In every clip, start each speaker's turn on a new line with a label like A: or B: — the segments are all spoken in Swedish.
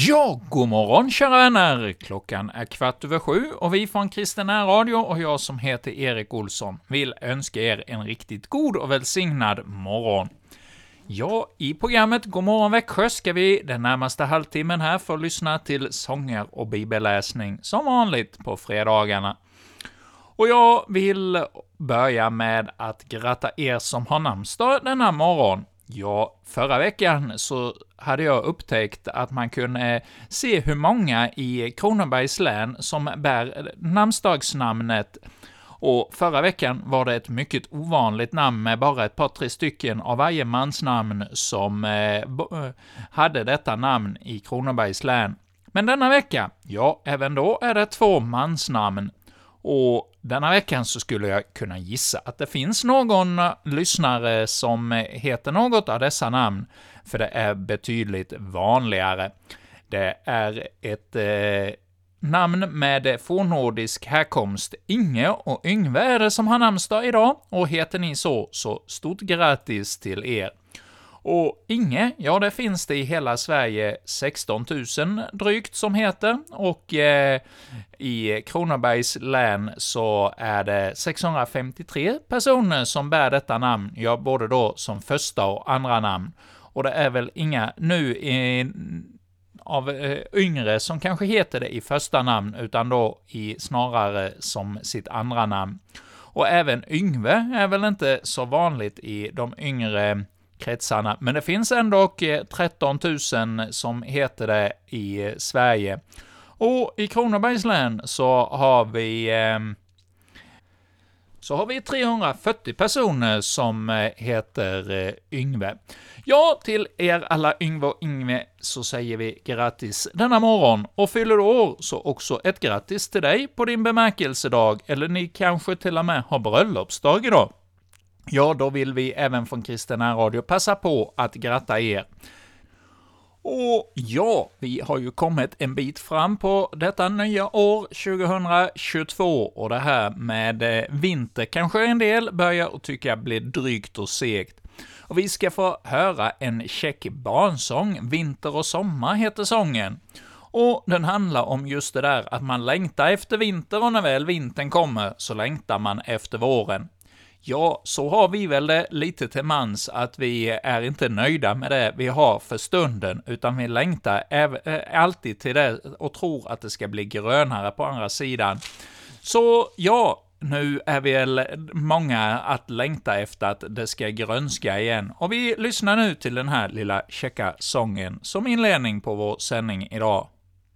A: Ja, god morgon kära vänner! Klockan är 6:15 och vi från Kristen Radio och jag som heter Erik Olsson vill önska er en riktigt god och välsignad morgon. Ja, i programmet God morgon Växjö ska vi den närmaste halvtimmen här få lyssna till sånger och bibelläsning som vanligt på fredagarna. Och jag vill börja med att gratta er som har namnsdag denna morgon. Ja, förra veckan så hade jag upptäckt att man kunde se hur många i Kronobergs län som bär namnsdagsnamnet. Och förra veckan var det ett mycket ovanligt namn med bara ett par, tre stycken av varje mansnamn som hade detta namn i Kronobergs län. Men denna vecka, ja, även då är det 2 mansnamn. Och denna veckan så skulle jag kunna gissa att det finns någon lyssnare som heter något av dessa namn, för det är betydligt vanligare. Det är ett namn med fornnordisk härkomst. Inge och Yngve är det som har namnsdag idag, och heter ni så stort grattis till er. Och Inge, ja det finns det i hela Sverige 16 000 drygt som heter, och i Kronobergs län så är det 653 personer som bär detta namn, ja både då som första och andra namn. Och det är väl inga nu av yngre som kanske heter det i första namn, utan då snarare som sitt andra namn. Och även Yngve är väl inte så vanligt i de yngre kretsarna, men det finns ändå 13 000 som heter det i Sverige. Och i Kronobergs län så har vi 340 personer som heter Yngve. Ja, till er alla Yngve och Yngve så säger vi grattis denna morgon, och fyller du år så också ett grattis till dig på din bemärkelsedag, eller ni kanske till och med har bröllopsdag idag. Ja, då vill vi även från Kristen Radio passa på att gratta er. Och ja, vi har ju kommit en bit fram på detta nya år 2022, och det här med vinter kanske en del börjar att tycka blir drygt och segt. Och vi ska få höra en käck barnsång, Vinter och sommar heter sången. Och den handlar om just det där att man längtar efter vinter, och när väl vintern kommer så längtar man efter våren. Ja, så har vi väl det lite till mans, att vi är inte nöjda med det vi har för stunden, utan vi längtar alltid till det och tror att det ska bli grönare på andra sidan. Så ja, nu är vi väl många att längta efter att det ska grönska igen. Och vi lyssnar nu till den här lilla käcka sången som inledning på vår sändning idag.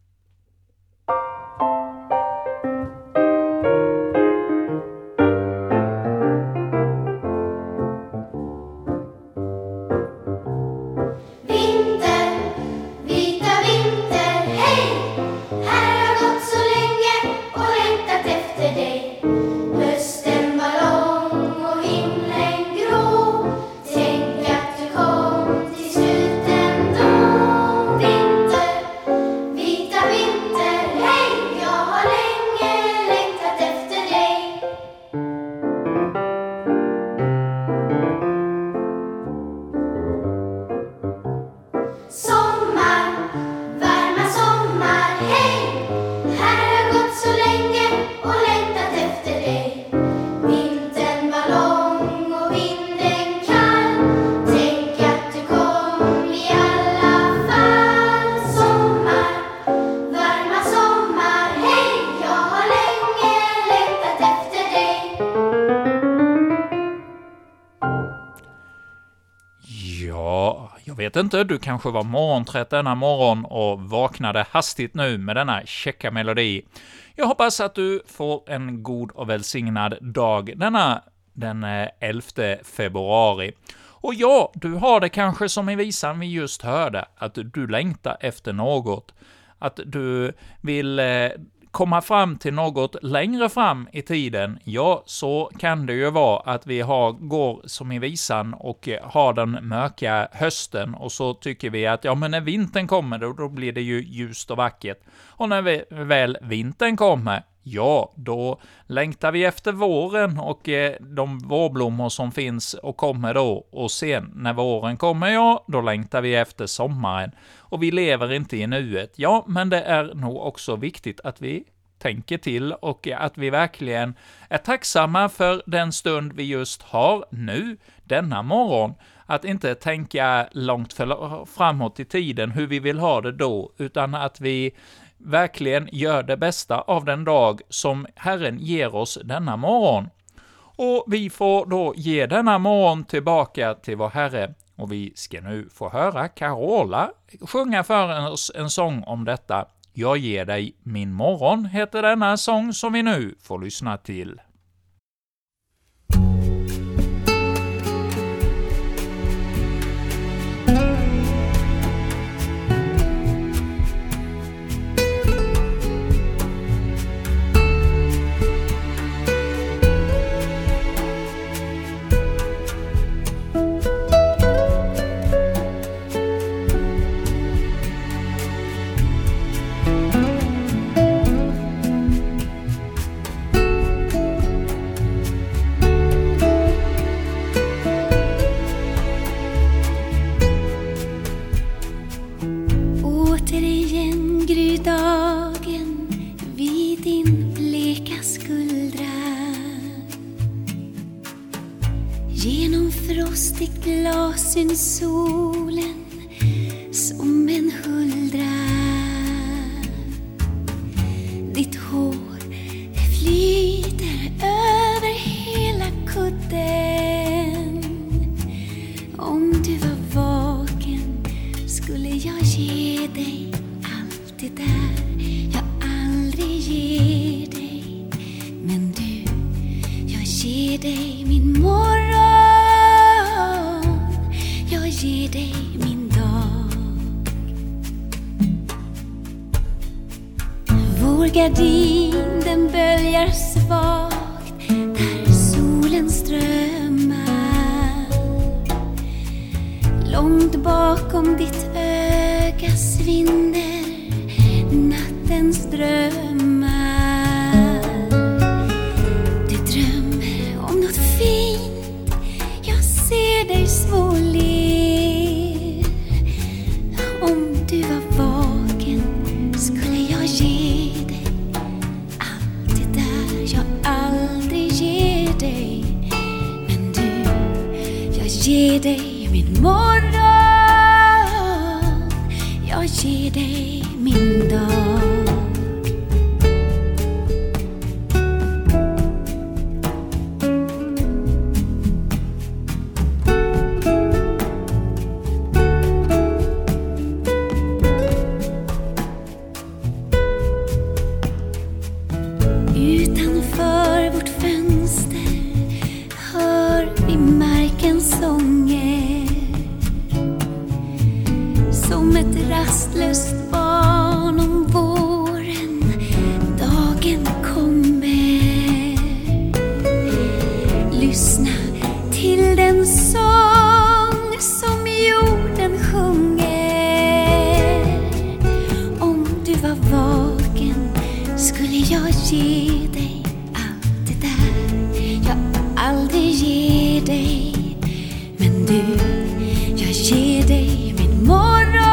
A: Inte, du kanske var morgontrött denna morgon och vaknade hastigt nu med denna käcka melodi. Jag hoppas att du får en god och välsignad dag den 11 februari. Och ja, du har det kanske som i visan vi just hörde, att du längtar efter något. Att du vill komma fram till något längre fram i tiden, ja, så kan det ju vara att vi går som i visan och har den mörka hösten, och så tycker vi att ja, men när vintern kommer då blir det ju ljust och vackert. Och när väl vintern kommer, ja, då längtar vi efter våren och de vårblommor som finns och kommer då. Och sen när våren kommer, ja, då längtar vi efter sommaren. Och vi lever inte i nuet. Ja, men det är nog också viktigt att vi tänker till och att vi verkligen är tacksamma för den stund vi just har nu, denna morgon. Att inte tänka långt framåt i tiden hur vi vill ha det då, utan att vi verkligen gör det bästa av den dag som Herren ger oss denna morgon. Och vi får då ge denna morgon tillbaka till vår Herre. Och vi ska nu få höra Carola sjunga för oss en sång om detta. Jag ger dig min morgon heter denna sång som vi nu får lyssna till.
B: Syns solen som en huldra. Ditt hår flyter över hela kudden. Om du var vaken skulle jag ge dig allt det där jag aldrig ger dig. Men du, jag ger dig min morgon. Ge dig min dag. Vår gardin den böljar svagt där solen strömmar. Långt bakom ditt öga svinner nattens drömmar. Du drömmer om något fint, jag ser dig svårlig. Ge dig min morgon, jag ger dig min dag. Utanför vårt fönster hör vi markens sånger. Som ett rastlöst barn om våren dagen kommer. Lyssna till den sång som jorden sjunger. Om du var vaken skulle jag ge dig allt det där jag aldrig ger dig. Men du, jag ger dig min morgon,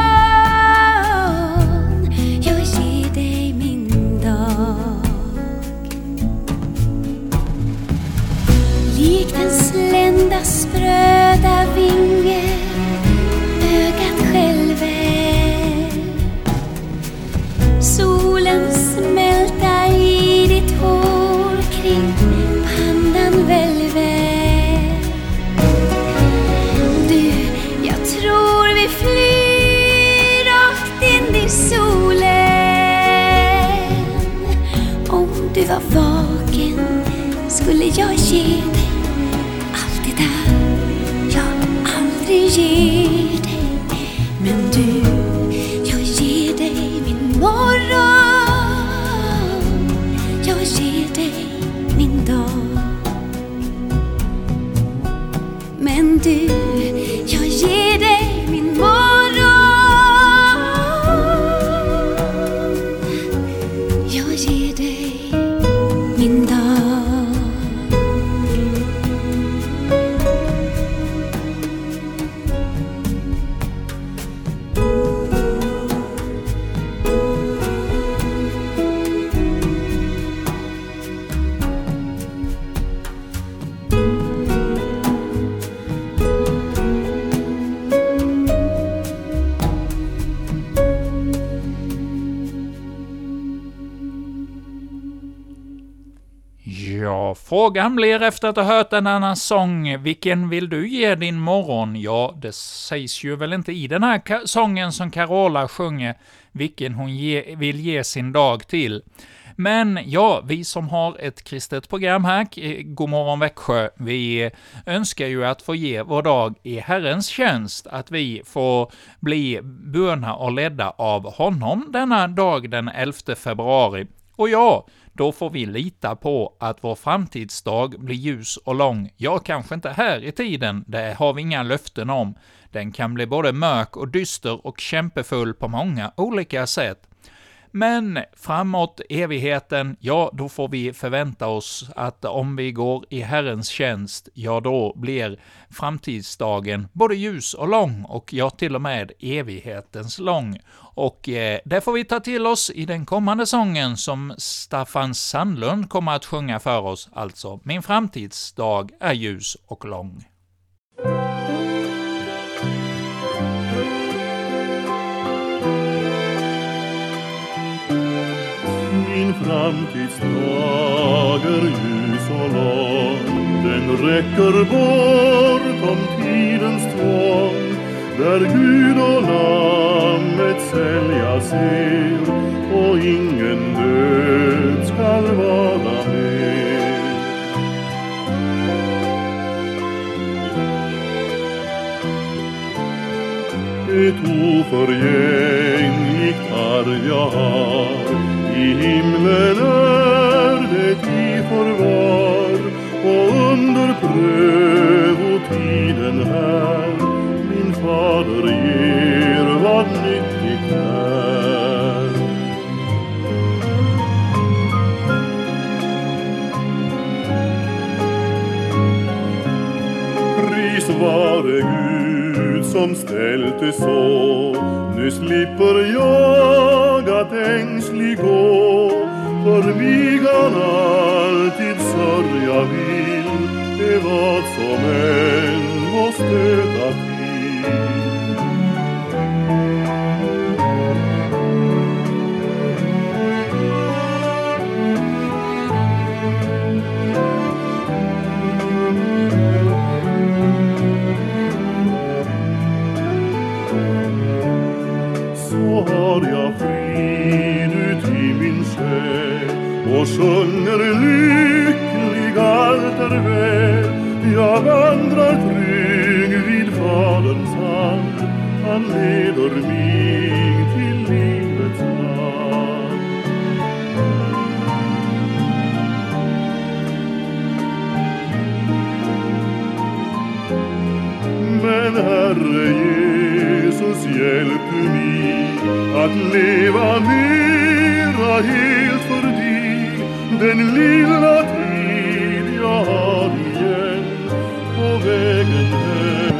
B: jag ger dig min dag. Likt en slända spröda vinge, ögat skälver. Solen smälta i ditt hår, kring pannan välver. Du, jag tror vi flyr rakt in i solen. Om du var vaken skulle jag ge dig allt det där jag aldrig ger dig. Men du, jag ger dig min morgon, jag ger dig min dag. Men du, jag ger dig min morgon, jag ger dig
A: Ja, frågan blir efter att ha hört en annan sång, vilken vill du ge din morgon? Ja, det sägs ju väl inte i den här sången som Carola sjunger, vilken hon vill ge sin dag till. Men ja, vi som har ett kristet program här, Godmorgon Växjö, vi önskar ju att få ge vår dag i Herrens tjänst, att vi får bli burna och ledda av honom denna dag den 11 februari. Och ja, då får vi lita på att vår framtidsdag blir ljus och lång. Ja, kanske inte här i tiden, det har vi inga löften om. Den kan bli både mörk och dyster och kämpefull på många olika sätt. Men framåt evigheten, ja, då får vi förvänta oss att om vi går i Herrens tjänst, ja, då blir framtidsdagen både ljus och lång, och ja, till och med evighetens lång. Och det får vi ta till oss i den kommande sången som Staffan Sandlund kommer att sjunga för oss, alltså Min framtidsdag är ljus och lång.
C: Min framtidsdag är ljus och lång, den räcker bortom tidens tvång, där Gud och lammet sälja ser, och ingen död skall vara mer. Ett oförgängligt arv jag har, i himlen är det i förvar, och under prövotiden här min fader ger vad nyttigt är. Pris vare Gud som ställt det så, nu slipper jag att ängslig gå, för mig han alltid sörja vill, det vad som än må stöta till. Så har jag frid ut i min själ och sjunger lycklig allt är väl. Jag vandrar trygg vid Faderns hand, han leder mig till livets land. Men Herre Jesus, hjälp du mig att leva mera helt för dig, den lilla tid jag har igen på vägen hem.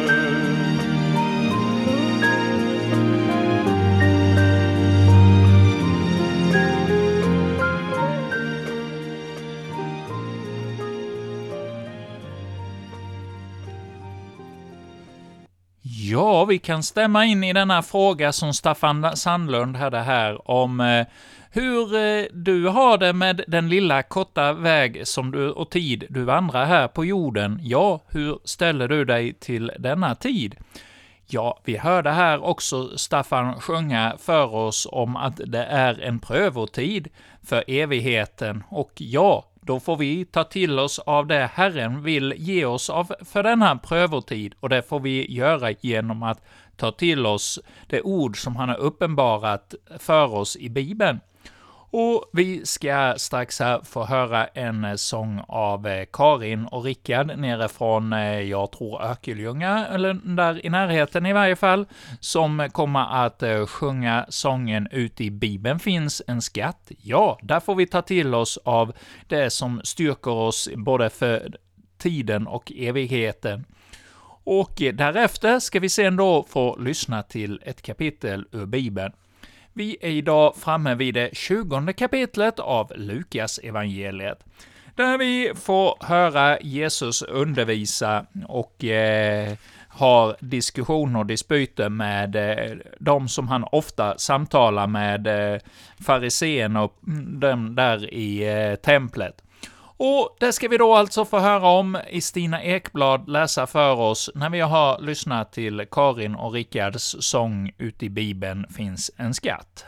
A: Ja, vi kan stämma in i denna fråga som Staffan Sandlund hade här om hur du har det med den lilla korta väg som du och tid du vandrar här på jorden. Ja, hur ställer du dig till denna tid? Ja, vi hörde här också Staffan sjunga för oss om att det är en prövotid för evigheten, och ja, då får vi ta till oss av det Herren vill ge oss av för denna prövotid, och det får vi göra genom att ta till oss det ord som han har uppenbarat för oss i Bibeln. Och vi ska strax här få höra en sång av Karin och Rickard nere från, jag tror Örkelljunga, eller där i närheten i varje fall, som kommer att sjunga sången Ut i Bibeln finns en skatt. Ja, där får vi ta till oss av det som styrker oss både för tiden och evigheten. Och därefter ska vi sen då få lyssna till ett kapitel ur Bibeln. Vi är idag framme vid det 20:e kapitlet av Lukas evangeliet, där vi får höra Jesus undervisa och har diskussioner och dispyter med de som han ofta samtalar med, fariséerna och dem där i templet. Och det ska vi då alltså få höra om i Stina Ekblad läsa för oss när vi har lyssnat till Karin och Rickards sång Ut i Bibeln finns en skatt.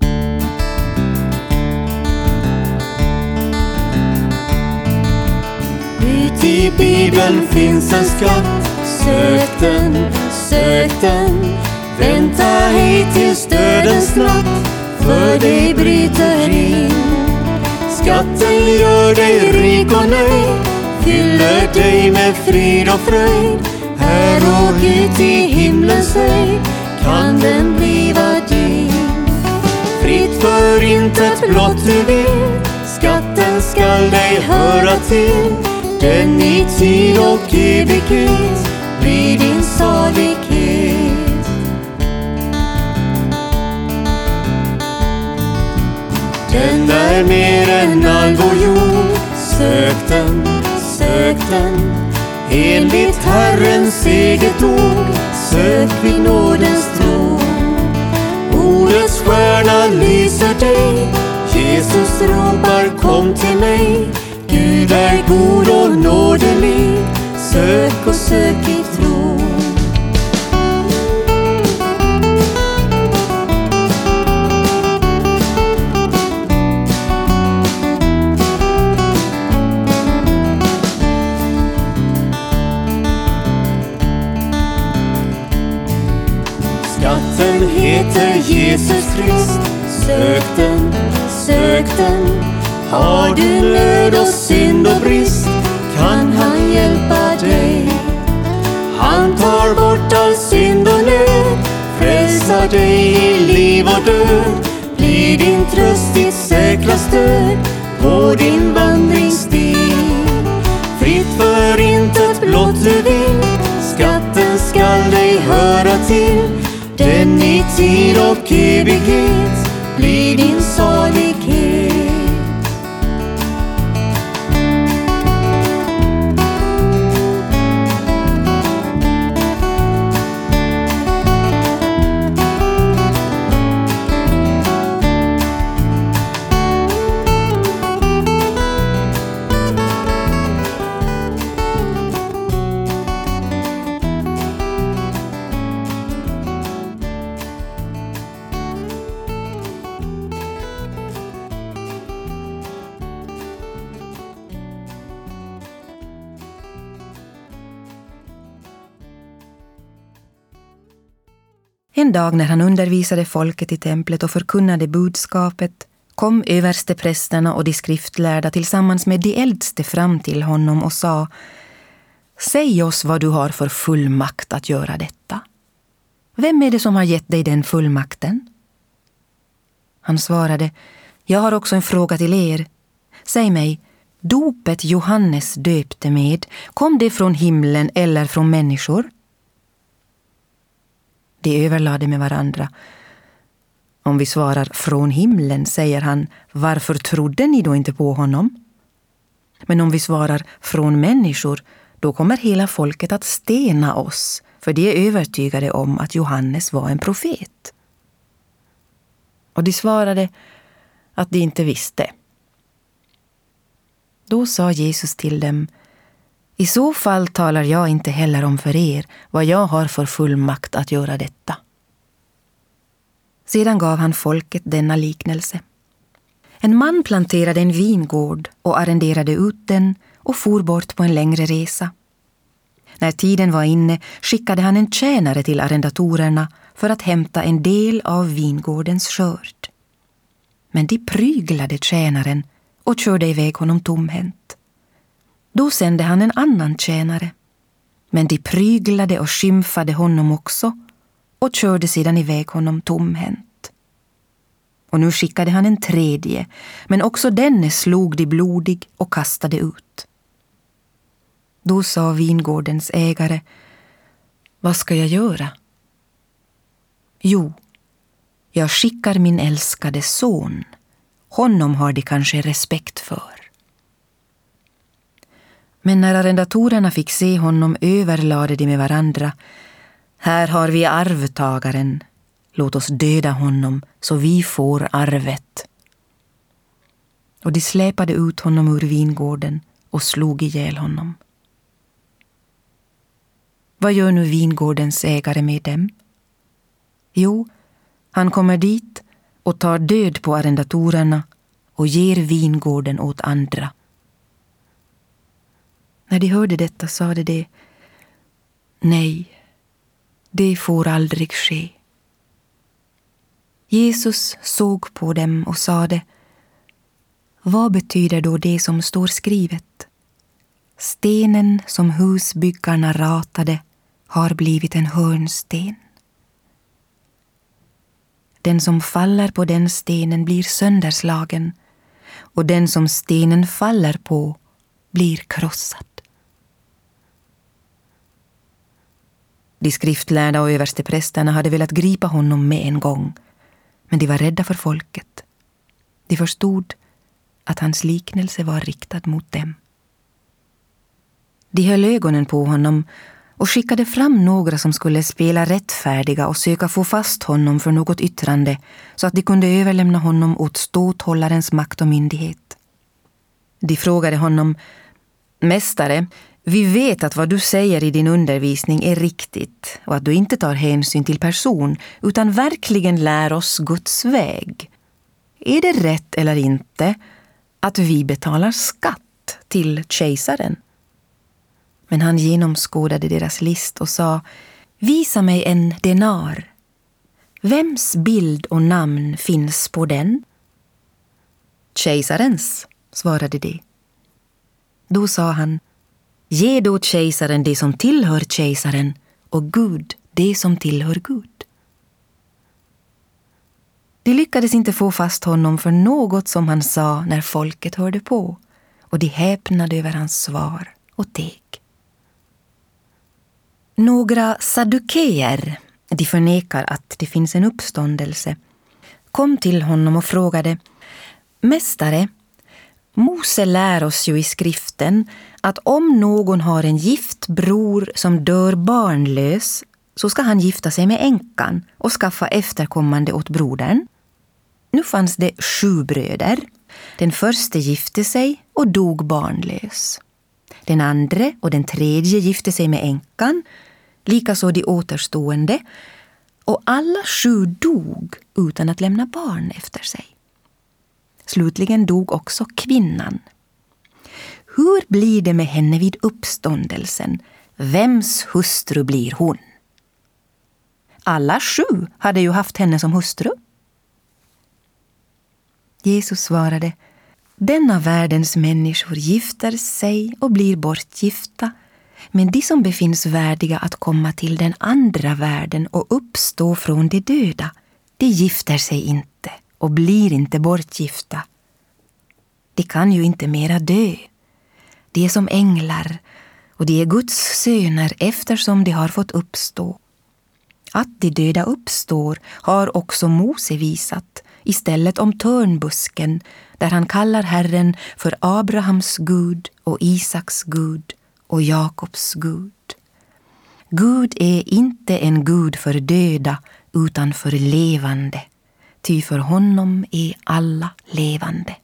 D: Ut i Bibeln finns en skatt, sök den, vänta hej tills dödens natt för dig bryter in. Skatten gör dig rik och nöjd, fyller dig med frid och fröjd. Här och ut i himlens höjd kan den bliva din. Fritt för intet blott du vill, skatten skall dig höra till. Den i tid och evighet blir din salighet. Den är mer än all vår jord, sök den, enligt Herrens eget ord, sök vid nådens tron. Ordets stjärna lyser dig, Jesus ropar kom till mig. Gud är god och nådelig, sök och sök i tro. Skatten heter Jesus Krist, sök den. Har du nöd och synd och brist kan han hjälpa dig. Han tar bort all synd och nöd, frälsar dig i liv och död. Blir din tröst ditt säkra stöd på din vandringsstig. Fritt för intet blott du vill, skatten skall dig höra till. Den i tid och evighet blir din salighet.
E: En dag när han undervisade folket i templet och förkunnade budskapet kom översteprästerna och de skriftlärda tillsammans med de äldste fram till honom och sa: Säg oss vad du har för fullmakt att göra detta. Vem är det som har gett dig den fullmakten? Han svarade: Jag har också en fråga till er. Säg mig, dopet Johannes döpte med, kom det från himlen eller från människor? De överlade med varandra. Om vi svarar från himlen, säger han, varför trodde ni då inte på honom? Men om vi svarar från människor, då kommer hela folket att stena oss, för de är övertygade om att Johannes var en profet. Och de svarade att de inte visste. Då sa Jesus till dem: I så fall talar jag inte heller om för er vad jag har för fullmakt att göra detta. Sedan gav han folket denna liknelse. En man planterade en vingård och arrenderade ut den och for bort på en längre resa. När tiden var inne skickade han en tjänare till arrendatorerna för att hämta en del av vingårdens skörd. Men de pryglade tjänaren och körde iväg honom tomhänt. Då sände han en annan tjänare, men de pryglade och skymfade honom också och körde sedan iväg honom tomhänt. Och nu skickade han en tredje, men också denne slog de blodig och kastade ut. Då sa vingårdens ägare: Vad ska jag göra? Jo, jag skickar min älskade son. Honom har de kanske respekt för. Men när arrendatorerna fick se honom överlade de med varandra: Här har vi arvtagaren. Låt oss döda honom så vi får arvet. och de släpade ut honom ur vingården och slog ihjäl honom. Vad gör nu vingårdens ägare med dem? Jo, han kommer dit och tar död på arrendatorerna och ger vingården åt andra. När de hörde detta sade de: nej, det får aldrig ske. Jesus såg på dem och sade: vad betyder då det som står skrivet? Stenen som husbyggarna ratade har blivit en hörnsten. Den som faller på den stenen blir sönderslagen, och den som stenen faller på blir krossad. De skriftlärda och översteprästerna hade velat gripa honom med en gång, men de var rädda för folket. De förstod att hans liknelse var riktad mot dem. De höll ögonen på honom och skickade fram några som skulle spela rättfärdiga och söka få fast honom för något yttrande, så att de kunde överlämna honom åt ståthållarens makt och myndighet. De frågade honom: mästare, vi vet att vad du säger i din undervisning är riktigt och att du inte tar hänsyn till person utan verkligen lär oss Guds väg. Är det rätt eller inte att vi betalar skatt till kejsaren? Men han genomskådade deras list och sa: visa mig en denar. Vems bild och namn finns på den? Kejsarens, svarade de. Då sa han: ge då kejsaren det som tillhör kejsaren och Gud det som tillhör Gud. De lyckades inte få fast honom för något som han sa när folket hörde på, och de häpnade över hans svar och teg. Några saddukeer, de förnekar att det finns en uppståndelse, kom till honom och frågade: mästare, Mose lär oss ju i skriften att om någon har en gift bror som dör barnlös, så ska han gifta sig med änkan och skaffa efterkommande åt brodern. Nu fanns det 7 bröder. Den första gifte sig och dog barnlös. Den andra och den tredje gifte sig med änkan, likaså de återstående, och alla 7 dog utan att lämna barn efter sig. Slutligen dog också kvinnan. Hur blir det med henne vid uppståndelsen? Vems hustru blir hon? Alla 7 hade ju haft henne som hustru. Jesus svarade: denna världens människor gifter sig och blir bortgifta, men de som befinns värdiga att komma till den andra världen och uppstå från de döda, de gifter sig inte och blir inte bortgifta. De kan ju inte mera dö. De är som änglar, och de är Guds söner eftersom de har fått uppstå. Att de döda uppstår har också Mose visat, istället om törnbusken, där han kallar Herren för Abrahams Gud och Isaks Gud och Jakobs Gud. Gud är inte en Gud för döda utan för levande, ty för honom är alla levande.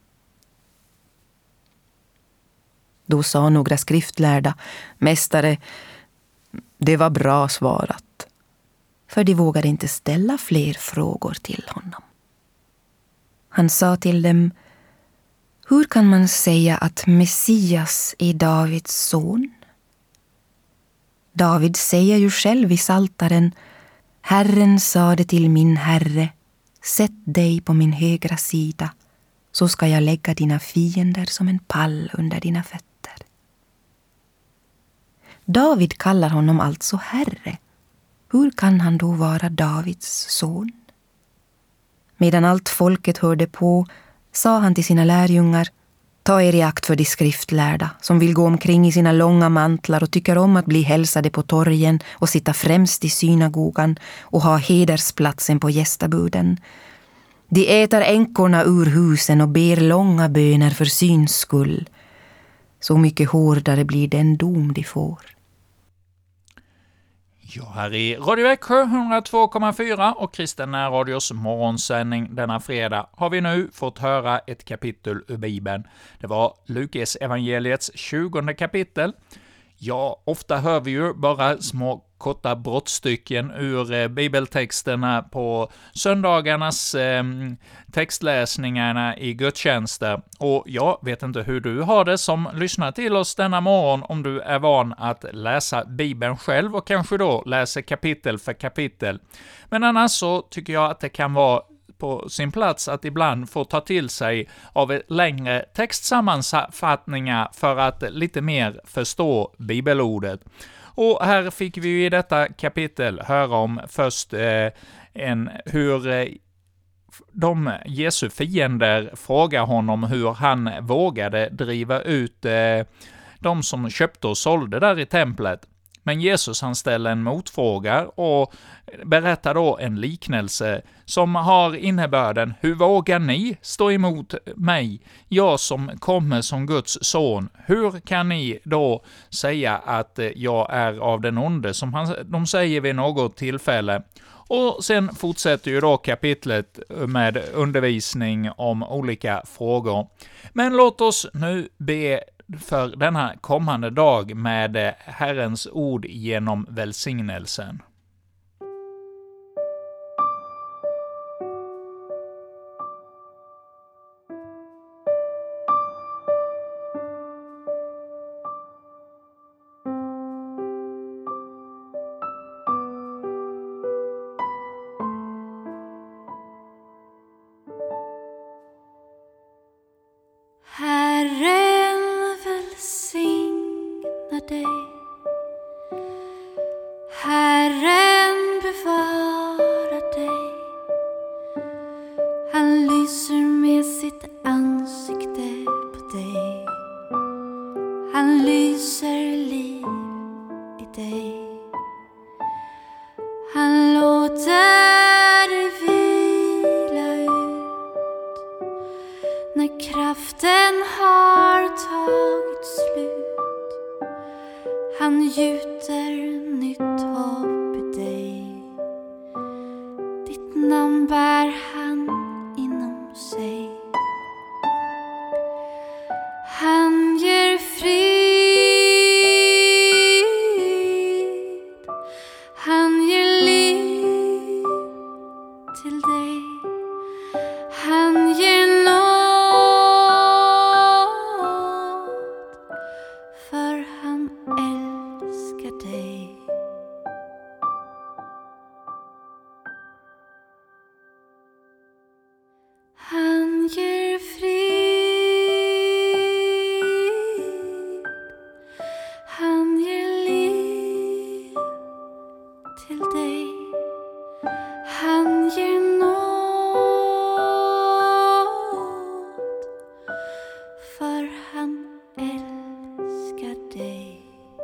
E: Då sa några skriftlärda: mästare, det var bra svarat. För de vågade inte ställa fler frågor till honom. Han sa till dem: hur kan man säga att Messias är Davids son? David säger ju själv i Psaltaren: Herren sade till min Herre, sätt dig på min högra sida, så ska jag lägga dina fiender som en pall under dina fötter. David kallar honom alltså Herre. Hur kan han då vara Davids son? Medan allt folket hörde på sa han till sina lärjungar: ta er i akt för de skriftlärda som vill gå omkring i sina långa mantlar och tycker om att bli hälsade på torgen och sitta främst i synagogan och ha hedersplatsen på gästabuden. De äter änkorna ur husen och ber långa böner för syns skull. Så mycket hårdare blir den dom de får.
A: Ja, här i Radio Växjö 102,4 och Kristen närradios morgonsändning denna fredag har vi nu fått höra ett kapitel ur Bibeln. Det var Lukas evangeliets 20 kapitel. Ja, ofta hör vi ju bara små korta brottstycken ur bibeltexterna på söndagarnas textläsningarna i gudstjänster. Och jag vet inte hur du har det som lyssnar till oss denna morgon, om du är van att läsa Bibeln själv och kanske då läser kapitel för kapitel. Men annars så tycker jag att det kan vara på sin plats att ibland få ta till sig av längre textsammanfattningar för att lite mer förstå bibelordet. Och här fick vi ju i detta kapitel höra om först hur Jesu fiender frågar honom hur han vågade driva ut de som köpte och sålde där i templet. Men Jesus han ställer en motfråga och berättar då en liknelse som har innebörden: hur vågar ni stå emot mig, jag som kommer som Guds son? Hur kan ni då säga att jag är av den onde, som de säger vid något tillfälle? Och sen fortsätter ju då kapitlet med undervisning om olika frågor. Men låt oss nu be för denna kommande dag med Herrens ord genom välsignelsen.
B: Herren bevarar dig. Han lyser med sitt ansikte på dig. Han lyser liv i dig. Han låter dig vila ut när kraften har tagit slut. Han gjuter nytt hopp i dig. Ditt namn bär han inom sig. Han ger frid. Han ger liv till dig. Han ger nåd, för han älskar dig. Han ger frid. Han ger liv till dig. Han ger nåd, för han älskar dig.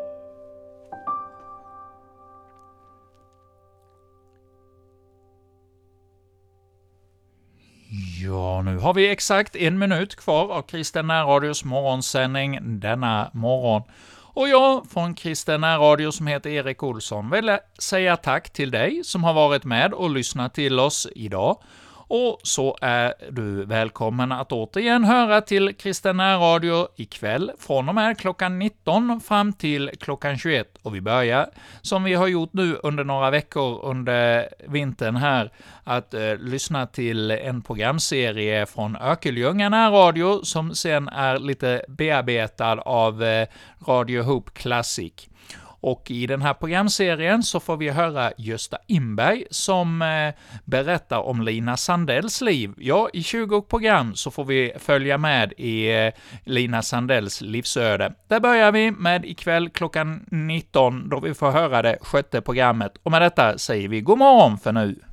A: Ja, nu har vi exakt 1 minut kvar av Kristen närradios morgonsändning denna morgon. Och jag från Kristen närradio som heter Erik Olsson vill säga tack till dig som har varit med och lyssnat till oss idag. Och så är du välkommen att återigen höra till Kristen närradio ikväll från och med klockan 19 fram till klockan 21. Och vi börjar, som vi har gjort nu under några veckor under vintern här, att lyssna till en programserie från Örkelljunga närradio som sen är lite bearbetad av Radio Hope Classic. Och i den här programserien så får vi höra Gösta Inberg som berättar om Lina Sandells liv. Ja, i 20 program så får vi följa med i Lina Sandells livsöde. Där börjar vi med ikväll klockan 19 då vi får höra det 6:e programmet. Och med detta säger vi god morgon för nu.